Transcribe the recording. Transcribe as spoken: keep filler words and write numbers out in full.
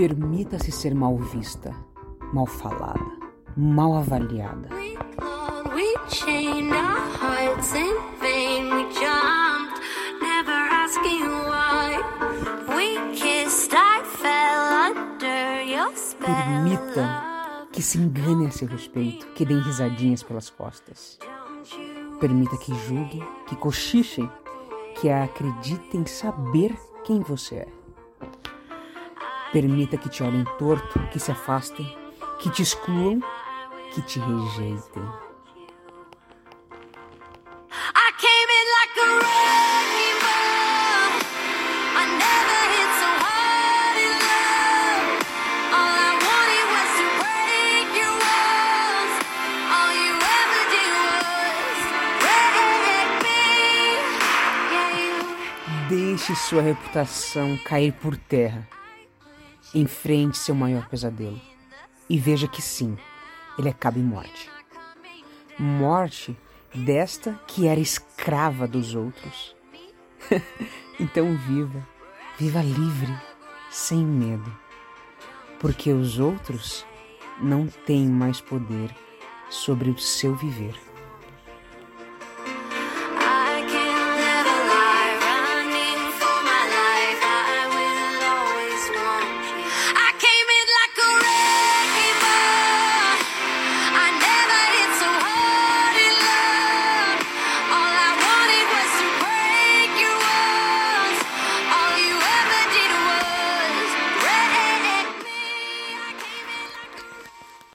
Permita-se ser mal vista, mal falada, mal avaliada. We chained our hearts in vain. We jumped, never asking why. We kissed, I fell under your spell. Permita que se engane a seu respeito, que deem risadinhas pelas costas. Permita que julguem, que cochichem, que acreditem saber quem você é. Permita que te olhem torto, que se afastem, que te excluam, que te rejeitem. I came in like a wrecking ball. I never hit so hard in love. All I wanted was to break your walls. All you ever did was break me. Yeah, you... Deixe sua reputação cair por terra. Enfrente seu maior pesadelo e veja que sim, ele acaba em morte. Morte desta que era escrava dos outros. Então viva, viva livre, sem medo, porque os outros não têm mais poder sobre o seu viver.